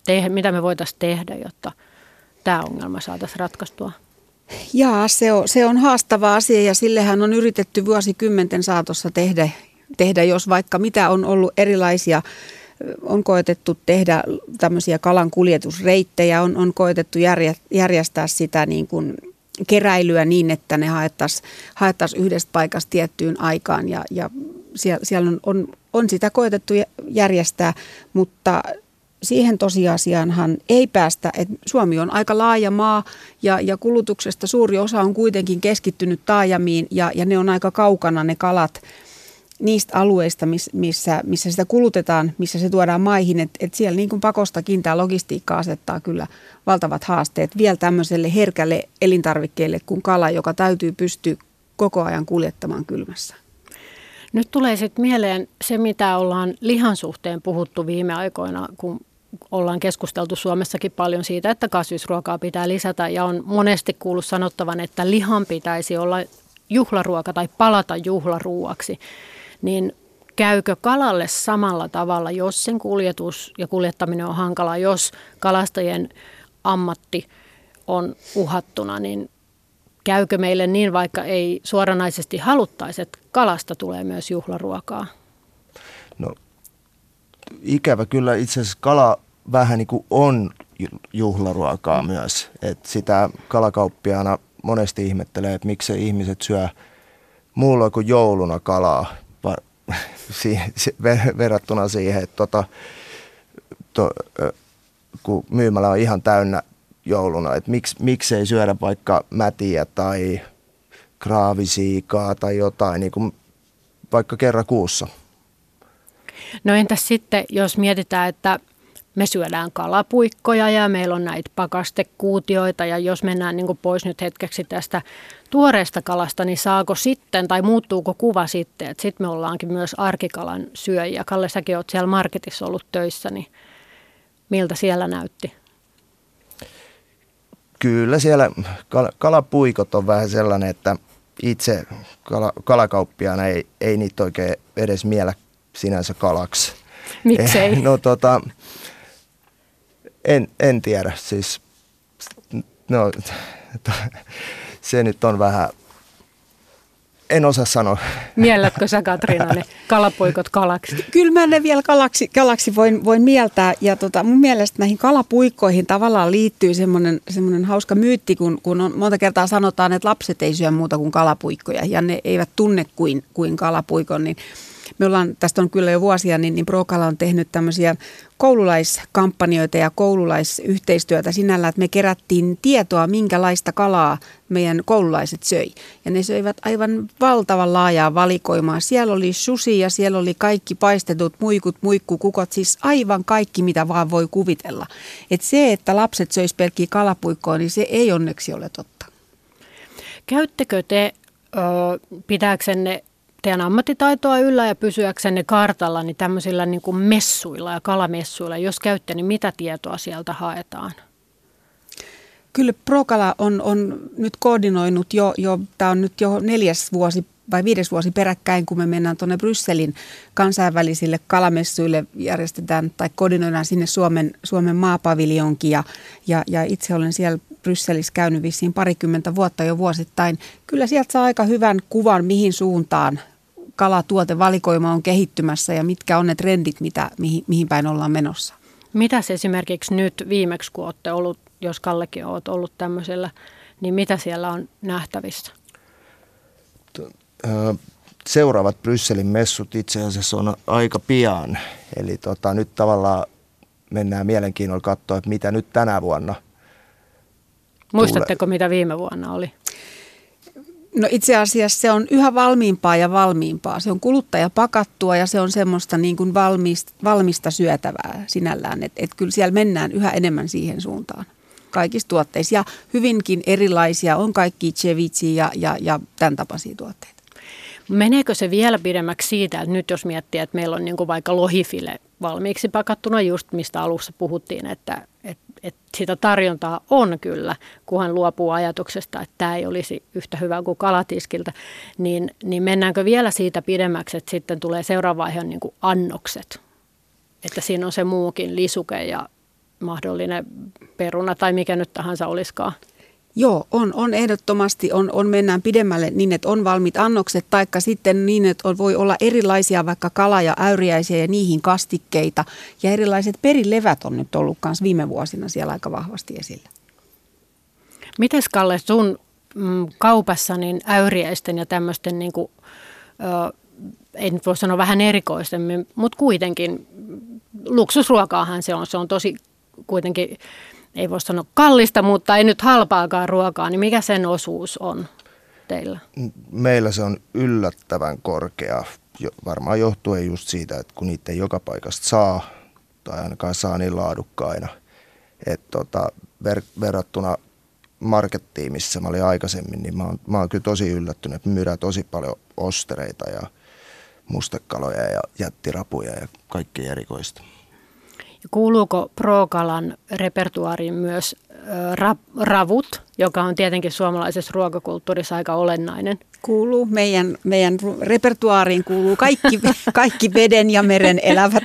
S1: te- mitä me voitaisiin tehdä, jotta tämä ongelma saataisiin ratkaistua?
S2: Jaa, se on, se on haastava asia ja sillehän on yritetty vuosikymmenten saatossa tehdä, tehdä, jos vaikka mitä on ollut erilaisia, on koetettu tehdä tämmöisiä kalan kuljetusreittejä, on, on koetettu järjä, järjestää sitä niin kuin keräilyä niin, että ne haettaisiin haettais yhdestä paikasta tiettyyn aikaan ja, ja siellä, siellä on, on, on sitä koetettu järjestää, mutta siihen tosiasiaanhan ei päästä, että Suomi on aika laaja maa ja, ja kulutuksesta suuri osa on kuitenkin keskittynyt taajamiin ja, ja ne on aika kaukana ne kalat niistä alueista, missä, missä sitä kulutetaan, missä se tuodaan maihin. Että et siellä niin kuin pakostakin tämä logistiikka asettaa kyllä valtavat haasteet vielä tämmöiselle herkälle elintarvikkeelle kuin kala, joka täytyy pystyä koko ajan kuljettamaan kylmässä.
S1: Nyt tulee sitten mieleen se, mitä ollaan lihan suhteen puhuttu viime aikoina, kun ollaan keskusteltu Suomessakin paljon siitä, että kasvisruokaa pitää lisätä ja on monesti kuullut sanottavan, että lihan pitäisi olla juhlaruoka tai palata juhlaruuaksi. Niin käykö kalalle samalla tavalla, jos sen kuljetus ja kuljettaminen on hankalaa, jos kalastajien ammatti on uhattuna, niin käykö meille niin, vaikka ei suoranaisesti haluttaisi, että kalasta tulee myös juhlaruokaa?
S3: No ikävä kyllä itse asiassa kala vähän niin kuin on juhlaruokaa mm. myös. Et sitä kalakauppiaana monesti ihmettelee, että miksi ihmiset syö muulla kuin jouluna kalaa verrattuna siihen, että tota, to, kun myymälä on ihan täynnä jouluna, että miksi, miksi ei syödä vaikka mätiä tai kraavisiikaa tai jotain, niin kuin vaikka kerran kuussa.
S1: No entäs sitten, jos mietitään, että me syödään kalapuikkoja ja meillä on näitä pakastekuutioita ja jos mennään niin kuin pois nyt hetkeksi tästä tuoreesta kalasta, niin saako sitten tai muuttuuko kuva sitten, että sitten me ollaankin myös arkikalan syöjiä. Kalle, säkin olet siellä marketissa ollut töissä, niin miltä siellä näytti?
S3: Kyllä siellä kal- kalapuikot on vähän sellainen, että itse kala- kalakauppiaana ei, ei niitä oikein edes miellä sinänsä kalaksi.
S1: Miksei?
S3: No tota, en, en tiedä, siis no se nyt on vähän, en osaa sanoa.
S1: Miellätkö sä, Katriina, ne kalapuikot kalaksi?
S2: Kyllä mä ne vielä kalaksi, kalaksi voin, voin mieltää ja tota, mun mielestä näihin kalapuikkoihin tavallaan liittyy semmoinen, semmoinen hauska myytti, kun, kun on, monta kertaa sanotaan, että lapset ei syö muuta kuin kalapuikkoja ja ne eivät tunne kuin, kuin kalapuikon, niin me ollaan, tästä on kyllä jo vuosia, niin, niin Pro-Kala on tehnyt tämmöisiä koululaiskampanjoita ja koululaisyhteistyötä sinällä, että me kerättiin tietoa, minkälaista kalaa meidän koululaiset söi. Ja ne söivät aivan valtavan laajaa valikoimaa. Siellä oli sushi ja siellä oli kaikki paistetut muikut, muikkukukot, siis aivan kaikki, mitä vaan voi kuvitella. Että se, että lapset söis pelkkiä kalapuikkoa, niin se ei onneksi ole totta.
S1: Käyttekö te ö, pitääksenne teidän ammattitaitoa yllä ja pysyäksenne kartalla niin tämmöisillä niin kuin messuilla ja kalamessuilla? Jos käytte, niin mitä tietoa sieltä haetaan?
S2: Kyllä Pro-Kala on, on nyt koordinoinut jo, jo tämä on nyt jo neljäs vuosi vai viides vuosi peräkkäin, kun me mennään tuonne Brysselin kansainvälisille kalamessuille, järjestetään tai koordinoidaan sinne Suomen, Suomen maapaviljonkin ja, ja, ja itse olen siellä Brysselissä käynyt vissiin parikymmentä vuotta jo vuosittain. Kyllä sieltä saa aika hyvän kuvan, mihin suuntaan kalatuotevalikoima on kehittymässä ja mitkä on ne trendit, mitä, mihin, mihin päin ollaan menossa.
S1: Mitäs esimerkiksi nyt viimeksi, kun olette ollut, jos Kallekin olet ollut tämmöisellä, niin mitä siellä on nähtävissä?
S3: Seuraavat Brysselin messut itse asiassa on aika pian. Eli tota, nyt tavallaan mennään mielenkiinnolla katsoa, että mitä nyt tänä vuonna.
S1: Muistatteko,
S3: tulee.
S1: mitä viime vuonna oli?
S2: No itse asiassa se on yhä valmiimpaa ja valmiimpaa. Se on kuluttajapakattua ja se on semmoista niin kuin valmista, valmista syötävää sinällään. Että et kyllä siellä mennään yhä enemmän siihen suuntaan kaikissa tuotteissa. Ja hyvinkin erilaisia on kaikki ceviche ja, ja, ja tämän tapaisia tuotteita.
S1: Meneekö se vielä pidemmäksi siitä, että nyt jos miettii, että meillä on niin kuin vaikka lohifile valmiiksi pakattuna, just mistä alussa puhuttiin, että, että, että sitä tarjontaa on kyllä, kunhan luopuu ajatuksesta, että tämä ei olisi yhtä hyvä kuin kalatiskiltä, niin, niin mennäänkö vielä siitä pidemmäksi, että sitten tulee seuraava vaihe niin kuin annokset, että siinä on se muukin lisuke ja mahdollinen peruna tai mikä nyt tahansa olisikaan?
S2: Joo, on, on ehdottomasti, on, on mennään pidemmälle niin, että on valmiit annokset, taikka sitten niin, että on, voi olla erilaisia vaikka kala- ja äyriäisiä ja niihin kastikkeita. Ja erilaiset perilevät on nyt ollut myös viime vuosina siellä aika vahvasti esillä.
S1: Mites Kalle sun mm, kaupassa niin äyriäisten ja tämmöisten, niin kuin, ö, ei nyt voi sanoa vähän erikoisemmin, mutta kuitenkin luksusruokaahan se on, se on tosi kuitenkin, ei voi sanoa kallista, mutta ei nyt halpaakaan ruokaa, niin mikä sen osuus on teillä?
S3: Meillä se on yllättävän korkea, varmaan johtuen just siitä, että kun niitä ei joka paikasta saa, tai ainakaan saa niin laadukkaina, että tota, ver- verrattuna markettiin, missä mä olin aikaisemmin, niin mä oon, mä oon kyllä tosi yllättynyt, että me myydään tosi paljon ostereita ja mustekaloja ja jättirapuja ja kaikkea erikoista.
S1: Kuuluuko Pro-kalan repertuaariin myös ra- ravut, joka on tietenkin suomalaisessa ruokakulttuurissa aika olennainen?
S2: Kuuluu. Meidän, meidän repertuaariin kuuluu kaikki, kaikki veden ja meren elävät.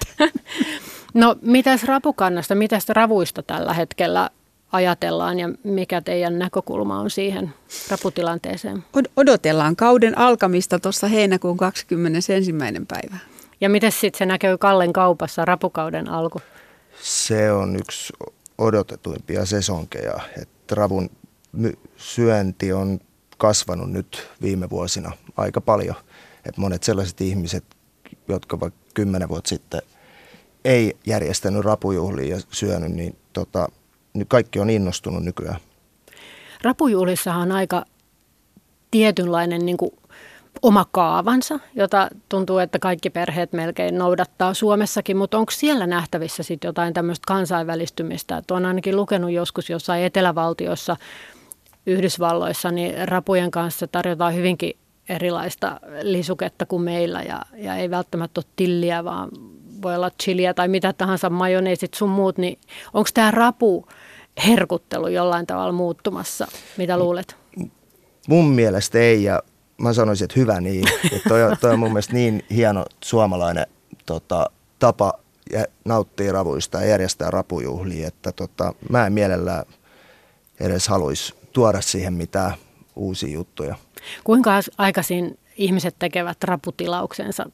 S1: No mitäs rapukannasta, mitäs ravuista tällä hetkellä ajatellaan ja mikä teidän näkökulma on siihen raputilanteeseen?
S2: Odotellaan kauden alkamista tuossa heinäkuun kaksikymmentäensimmäinen päivä.
S1: Ja miten sitten se näkyy Kallen kaupassa, rapukauden alku?
S3: Se on yksi odotetuimpia sesonkeja, että ravun my- syönti on kasvanut nyt viime vuosina aika paljon. Että monet sellaiset ihmiset, jotka vaikka kymmenen vuotta sitten ei järjestänyt rapujuhlia ja syönyt, niin tota, nyt kaikki on innostunut nykyään.
S1: Rapujuhlissahan on aika tietynlainen niin kuin oma kaavansa, jota tuntuu, että kaikki perheet melkein noudattaa Suomessakin, mutta onko siellä nähtävissä sitten jotain tämmöistä kansainvälistymistä? Että on ainakin lukenut joskus jossain etelävaltiossa, Yhdysvalloissa, niin rapujen kanssa tarjotaan hyvinkin erilaista lisuketta kuin meillä ja, ja ei välttämättä ole tilliä, vaan voi olla chiliä tai mitä tahansa, majoneesit sun muut, niin onko tämä rapu herkuttelu jollain tavalla muuttumassa? Mitä luulet?
S3: Mun mielestä ei, ja mä sanoisin, että hyvä niin. Että toi, toi on mun mielestä niin hieno suomalainen tota, tapa nauttia ravuista ja järjestää rapujuhlia, että tota, mä en mielellään edes haluaisi tuoda siihen mitään uusia juttuja.
S1: Kuinka aikaisin ihmiset tekevät raputilauksensa?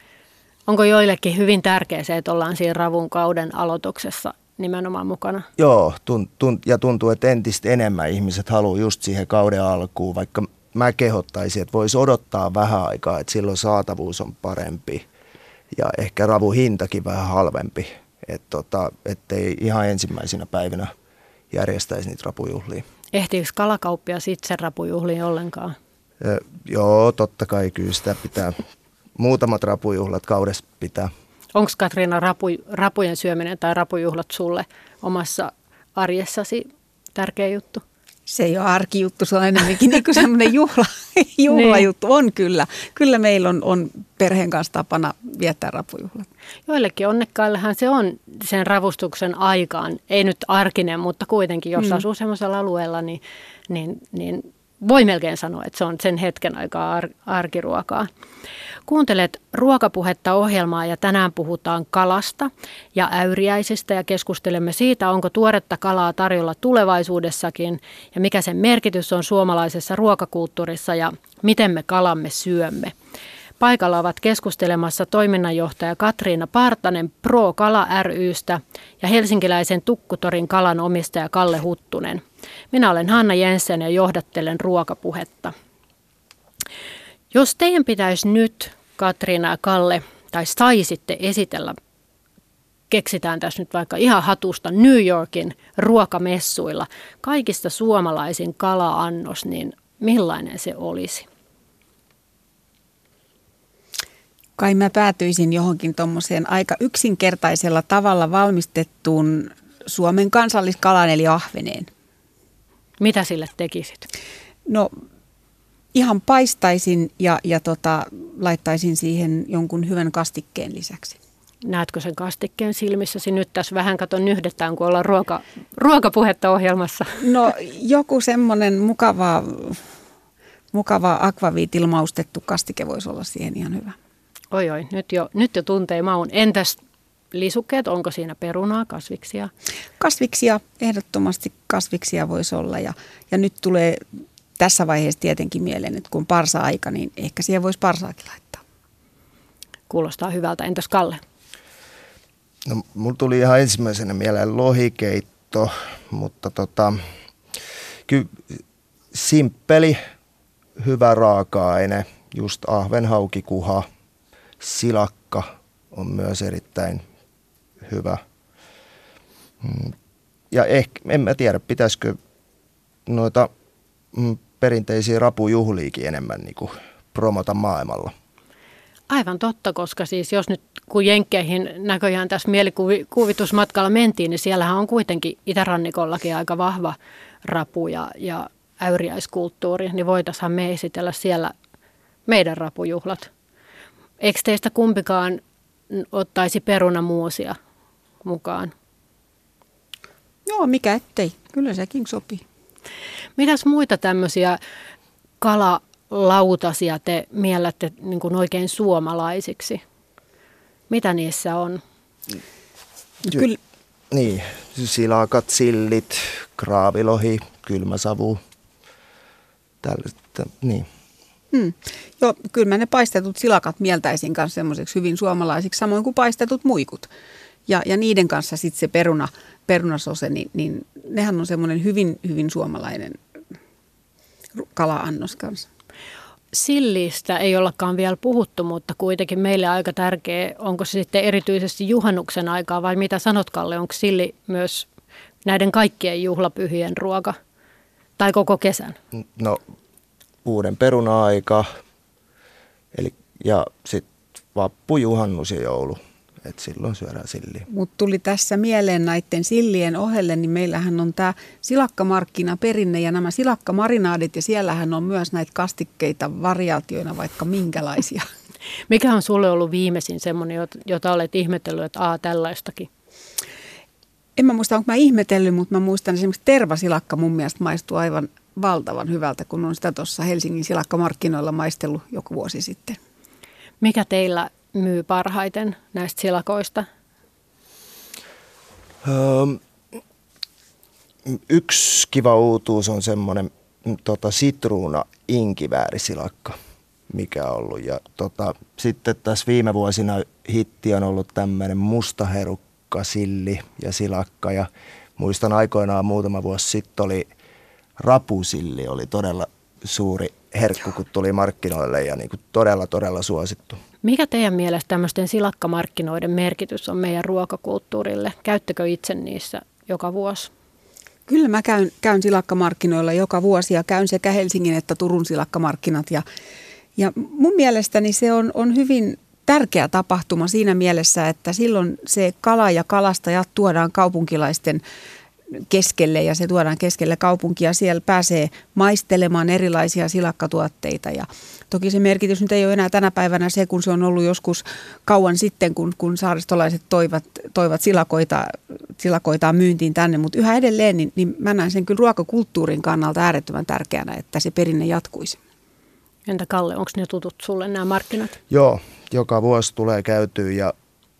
S1: Onko joillekin hyvin tärkeää se, että ollaan siinä ravun kauden aloituksessa nimenomaan mukana?
S3: Joo, tunt, tunt, ja tuntuu, että entistä enemmän ihmiset haluaa just siihen kauden alkuun, vaikka mä kehottaisin, että voisi odottaa vähän aikaa, että silloin saatavuus on parempi ja ehkä ravun hintakin vähän halvempi, että tota, ettei ihan ensimmäisenä päivinä järjestäisi niitä rapujuhlia.
S1: Ehtiikö kalakauppia sitten sen rapujuhliin ollenkaan?
S3: Ja, joo, totta kai kyllä sitä pitää. Muutamat rapujuhlat kaudessa pitää.
S1: Onko Katriina rapu, rapujen syöminen tai rapujuhlat sulle omassa arjessasi tärkeä juttu?
S2: Se ei ole arkijuttu, se on enemmänkin niin kuin semmoinen juhla, juhlajuttu. On kyllä. Kyllä meillä on, on perheen kanssa tapana viettää rapujuhlat.
S1: Joillekin onnekkaillehan se on sen ravustuksen aikaan. Ei nyt arkinen, mutta kuitenkin, jos mm. asuu semmoisella alueella, niin, niin, niin voi melkein sanoa, että se on sen hetken aikaa ar- arkiruokaa. Kuuntelet Ruokapuhetta -ohjelmaa ja tänään puhutaan kalasta ja äyriäisistä ja keskustelemme siitä, onko tuoretta kalaa tarjolla tulevaisuudessakin ja mikä sen merkitys on suomalaisessa ruokakulttuurissa ja miten me kalamme syömme. Paikalla ovat keskustelemassa toiminnanjohtaja Katriina Partanen Pro-kala ry:stä ja helsinkiläisen Tukkutorin kalan omistaja Kalle Huttunen. Minä olen Hanna Jensen ja johdattelen Ruokapuhetta. Jos teidän pitäisi nyt, Katriina ja Kalle, tai saisitte esitellä, keksitään tässä nyt vaikka ihan hatusta, New Yorkin ruokamessuilla, kaikista suomalaisin kala-annos, niin millainen se olisi?
S2: Kai mä päätyisin johonkin tuommoiseen aika yksinkertaisella tavalla valmistettuun Suomen kansalliskalan eli ahveneen.
S1: Mitä sille tekisit?
S2: No ihan paistaisin ja, ja tota, laittaisin siihen jonkun hyvän kastikkeen lisäksi.
S1: Näetkö sen kastikkeen silmissäsi? Nyt tässä vähän katon nyhdetään, kun ollaan ruoka, ruokapuhetta ohjelmassa.
S2: No joku semmoinen mukava, mukava akvaviitilla maustettu kastike voisi olla siihen ihan hyvä.
S1: Oi oi, nyt jo, nyt jo tuntee maun. Entäs lisukkeet, onko siinä perunaa, kasviksia?
S2: Kasviksia, ehdottomasti kasviksia voisi olla ja, ja nyt tulee tässä vaiheessa tietenkin mieleen, että kun on parsa-aika, niin ehkä siihen voisi parsaakin laittaa.
S1: Kuulostaa hyvältä. Entäs Kalle?
S3: No, mulla tuli ihan ensimmäisenä mieleen lohikeitto, mutta tota, kyllä simppeli, hyvä raaka-aine, just ahvenhaukikuha, silakka on myös erittäin hyvä. Ja ehkä, en mä tiedä, pitäisikö noita perinteisiä rapujuhliikin enemmän niin kuin promota maailmalla.
S1: Aivan totta, koska siis jos nyt kun Jenkkeihin näköjään tässä mielikuvitusmatkalla mentiin, niin siellähän on kuitenkin itärannikollakin aika vahva rapu ja, ja äyriäiskulttuuri, niin voitaisiin me esitellä siellä meidän rapujuhlat. Eikö teistä kumpikaan ottaisi perunamuusia mukaan?
S2: Joo, mikä ettei. Kyllä sekin sopii.
S1: Mitäs muita tämmöisiä kalalautasia te miellätte niin kuin oikein suomalaisiksi? Mitä niissä on?
S2: Kyllä.
S3: Niin, silakat, sillit, kraavilohi, kylmäsavu, tällaista, niin.
S2: Hmm. Joo, kyllä mä ne paistetut silakat mieltäisin kanssa semmoiseksi hyvin suomalaisiksi, samoin kuin paistetut muikut. Ja, ja niiden kanssa sitten se peruna, perunasose, niin, niin nehän on semmoinen hyvin, hyvin suomalainen kala-annos kanssa.
S1: Sillistä ei ollakaan vielä puhuttu, mutta kuitenkin meille aika tärkeä. Onko se sitten erityisesti juhannuksen aikaa vai mitä sanot, Kalle? Onko silli myös näiden kaikkien juhlapyhien ruoka tai koko kesän?
S3: No uuden peruna-aika eli, ja sitten vappu, juhannus ja joulu. Et silloin syödään silliä.
S2: Mutta tuli tässä mieleen näiden sillien ohelle, niin meillähän on tämä silakkamarkkinaperinne ja nämä silakkamarinadit ja siellähän on myös näitä kastikkeita variaatioina vaikka minkälaisia.
S1: Mikä on sulle ollut viimeisin semmoinen, jota olet ihmetellyt, että aa tällaistakin?
S2: En mä muista, onko mä ihmetellyt, mutta mä muistan esimerkiksi tervasilakka mun mielestä maistuu aivan valtavan hyvältä, kun on sitä tuossa Helsingin silakkamarkkinoilla maistellut joku vuosi sitten.
S1: Mikä teillä myy parhaiten näistä silakoista?
S3: Öö, yksi kiva uutuus on semmoinen tota, sitruuna inkiväärisilakka, mikä on ollut. Ja, tota, sitten tässä viime vuosina hitti on ollut tämmöinen mustaherukka, silli ja silakka. Ja muistan aikoinaan muutama vuosi sitten oli rapusilli, oli todella suuri herkku, kun tuli markkinoille ja niin kuin todella, todella suosittu.
S1: Mikä teidän mielestä tämmöisten silakkamarkkinoiden merkitys on meidän ruokakulttuurille? Käyttekö itse niissä joka vuosi?
S2: Kyllä mä käyn, käyn silakkamarkkinoilla joka vuosi ja käyn sekä Helsingin että Turun silakkamarkkinat. Ja, ja mun mielestäni se on, on hyvin tärkeä tapahtuma siinä mielessä, että silloin se kala ja kalastajat tuodaan kaupunkilaisten keskelle ja se tuodaan keskelle kaupunkia. Siellä pääsee maistelemaan erilaisia silakkatuotteita ja toki se merkitys nyt ei ole enää tänä päivänä se, kun se on ollut joskus kauan sitten, kun, kun saaristolaiset toivat, toivat silakoita, silakoitaan myyntiin tänne, mutta yhä edelleen niin, niin mä näen sen kyllä ruokakulttuurin kannalta äärettömän tärkeänä, että se perinne jatkuisi.
S1: Entä Kalle, onko ne tutut sulle nämä markkinat?
S3: Joo, joka vuosi tulee käytyä ja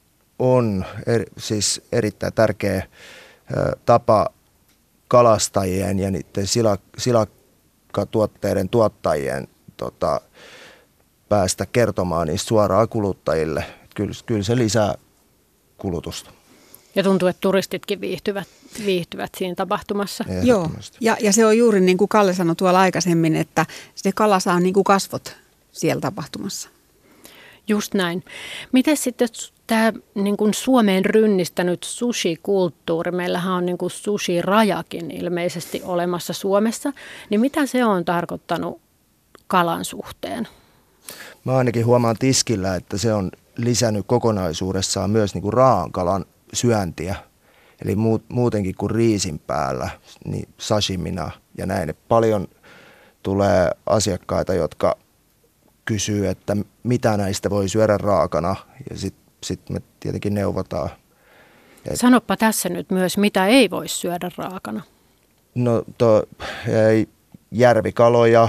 S3: on eri, siis erittäin tärkeä tapa kalastajien ja niiden silak, silakkatuotteiden tuottajien tota, päästä kertomaan niistä suoraan kuluttajille. Kyllä, kyllä se lisää kulutusta.
S1: Ja tuntuu, että turistitkin viihtyvät, viihtyvät siinä tapahtumassa.
S2: Joo, ja, ja se on juuri niin kuin Kalle sanoi tuolla aikaisemmin, että se kala saa niin kuin kasvot siellä tapahtumassa.
S1: Just näin. Miten sitten tämä niin kuin Suomeen rynnistänyt sushi-kulttuuri, meillähän on niin kuin sushi-rajakin ilmeisesti olemassa Suomessa, niin mitä se on tarkoittanut kalan suhteen?
S3: Mä ainakin huomaan tiskillä, että se on lisännyt kokonaisuudessaan myös niin kuin raaan kalan syöntiä. Eli muutenkin kuin riisin päällä, niin sashimina ja näin. Paljon tulee asiakkaita, jotka kysyy, että mitä näistä voi syödä raakana ja sitten sit me tietenkin neuvotaan. Et
S1: Sanoppa tässä nyt myös, mitä ei voi syödä raakana.
S3: No to, ei, järvikaloja,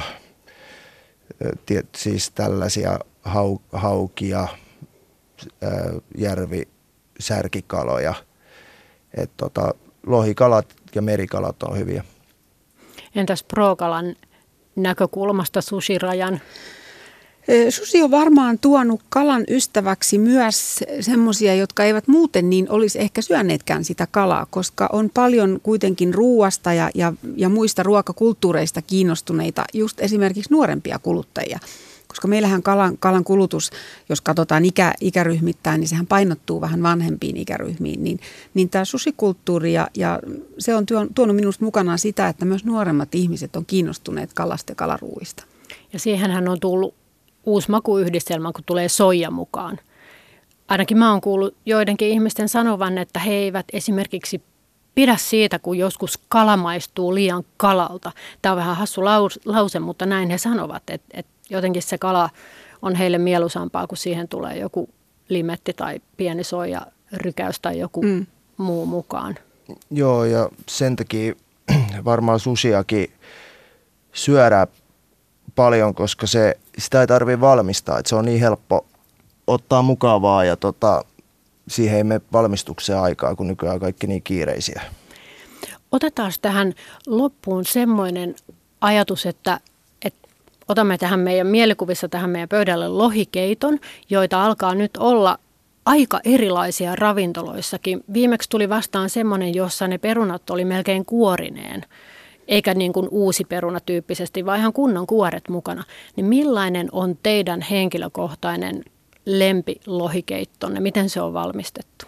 S3: tiet, siis tällaisia hau, haukia, ää, järvi, särkikaloja. Et tota, lohikalat ja merikalat on hyviä.
S1: Entäs prokalan näkökulmasta sushirajan?
S2: Susi on varmaan tuonut kalan ystäväksi myös semmoisia, jotka eivät muuten niin olisi ehkä syöneetkään sitä kalaa, koska on paljon kuitenkin ruuasta ja, ja, ja muista ruokakulttuureista kiinnostuneita just esimerkiksi nuorempia kuluttajia. Koska meillähän kalan, kalan kulutus, jos katsotaan ikä, ikäryhmittäin, niin sehän painottuu vähän vanhempiin ikäryhmiin. Niin, niin tämä susikulttuuri ja, ja se on tuonut minusta mukanaan sitä, että myös nuoremmat ihmiset on kiinnostuneet kalasta ja kalaruuista.
S1: Ja siihenhän on tullut uusi makuyhdistelmä, kun tulee soija mukaan. Ainakin mä oon kuullut joidenkin ihmisten sanovan, että he eivät esimerkiksi pidä siitä, kun joskus kala maistuu liian kalalta. Tämä on vähän hassu lause, mutta näin he sanovat, että, että jotenkin se kala on heille mieluisampaa, kun siihen tulee joku limetti tai pieni soijarykäys tai joku mm. muu mukaan.
S3: Joo, ja sen takia varmaan susiakin syödään paljon, koska se, sitä ei tarvitse valmistaa. Että se on niin helppo ottaa mukavaa ja tota, siihen ei mene valmistukseen aikaa, kun nykyään kaikki niin kiireisiä.
S1: Otetaan tähän loppuun semmoinen ajatus, että, että otamme tähän meidän mielikuvissa tähän meidän pöydälle lohikeiton, joita alkaa nyt olla aika erilaisia ravintoloissakin. Viimeksi tuli vastaan semmoinen, jossa ne perunat oli melkein kuorineen, eikä niin kuin uusi peruna tyyppisesti, vaan ihan kunnon kuoret mukana. Niin millainen on teidän henkilökohtainen lempilohikeittonne? Miten se on valmistettu?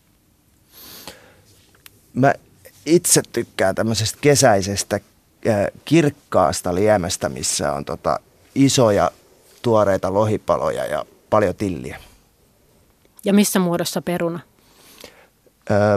S3: Mä itse tykkään tämmöisestä kesäisestä äh, kirkkaasta liemestä, missä on tota isoja tuoreita lohipaloja ja paljon tilliä.
S1: Ja missä muodossa peruna?
S3: Öö,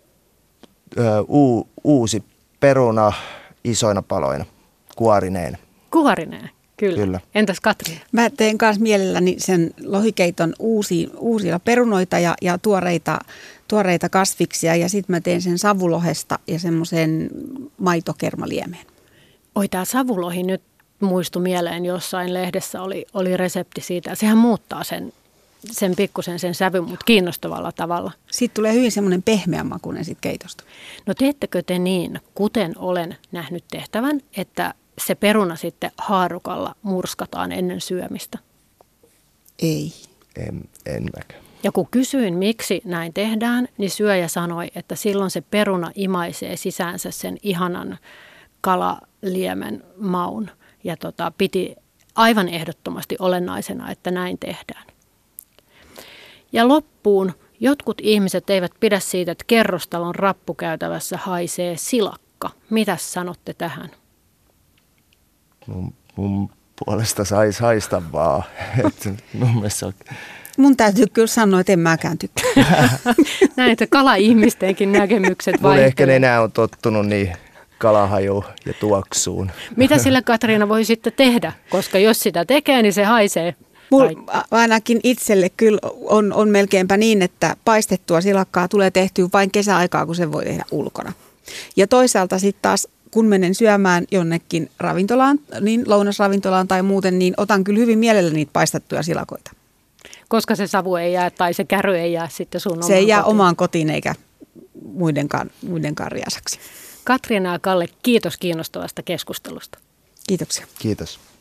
S3: öö, uu, uusi peruna isoina paloina, kuorineen.
S1: Kuorineen, kyllä.
S3: kyllä.
S1: Entäs Katri?
S2: Mä teen myös mielelläni sen lohikeiton uusi, uusia perunoita ja, ja tuoreita, tuoreita kasviksia ja sitten mä teen sen savulohesta ja semmoisen maitokermaliemeen.
S1: Oi, tämä savulohi nyt muistui mieleen, jossain lehdessä oli, oli resepti siitä. Sehän muuttaa sen, sen pikkusen sen sävyn, mutta kiinnostavalla tavalla.
S2: Siitä tulee hyvin semmoinen pehmeä makuinen sit keitosta.
S1: No teettekö te niin, kuten olen nähnyt tehtävän, että se peruna sitten haarukalla murskataan ennen syömistä?
S2: Ei.
S3: En, en mäkään.
S1: Ja kun kysyin, miksi näin tehdään, niin syöjä sanoi, että silloin se peruna imaisee sisäänsä sen ihanan kalaliemen maun. Ja tota, piti aivan ehdottomasti olennaisena, että näin tehdään. Ja loppuun, jotkut ihmiset eivät pidä siitä, että kerrostalon rappukäytävässä haisee silakka. Mitäs sanotte tähän?
S3: Mun, mun puolesta sais haista vaan. mun mielestä on...
S2: Mun täytyy kyllä sanoa, että en mäkään tykkää.
S1: Näitä kala-ihmistenkin näkemykset
S3: Mun
S1: vaihtelevat.
S3: ehkä nenä on tottunut niin kalahajuun ja tuoksuun.
S1: Mitä sillä Katriina voi sitten tehdä? Koska jos sitä tekee, niin se haisee.
S2: Mulla ainakin itselle kyllä on, on melkeinpä niin, että paistettua silakkaa tulee tehtyä vain kesäaikaa, kun se voi tehdä ulkona. Ja toisaalta sitten taas, kun menen syömään jonnekin ravintolaan, niin lounasravintolaan tai muuten, niin otan kyllä hyvin mielellä niitä paistettuja silakoita.
S1: Koska se savu ei jää tai se käry ei jää sitten sun omaan
S2: Se ei jää
S1: kotiin.
S2: omaan kotiin eikä muidenkaan, muidenkaan riasaksi.
S1: Katriina ja Kalle, kiitos kiinnostavasta keskustelusta.
S2: Kiitoksia.
S3: Kiitos.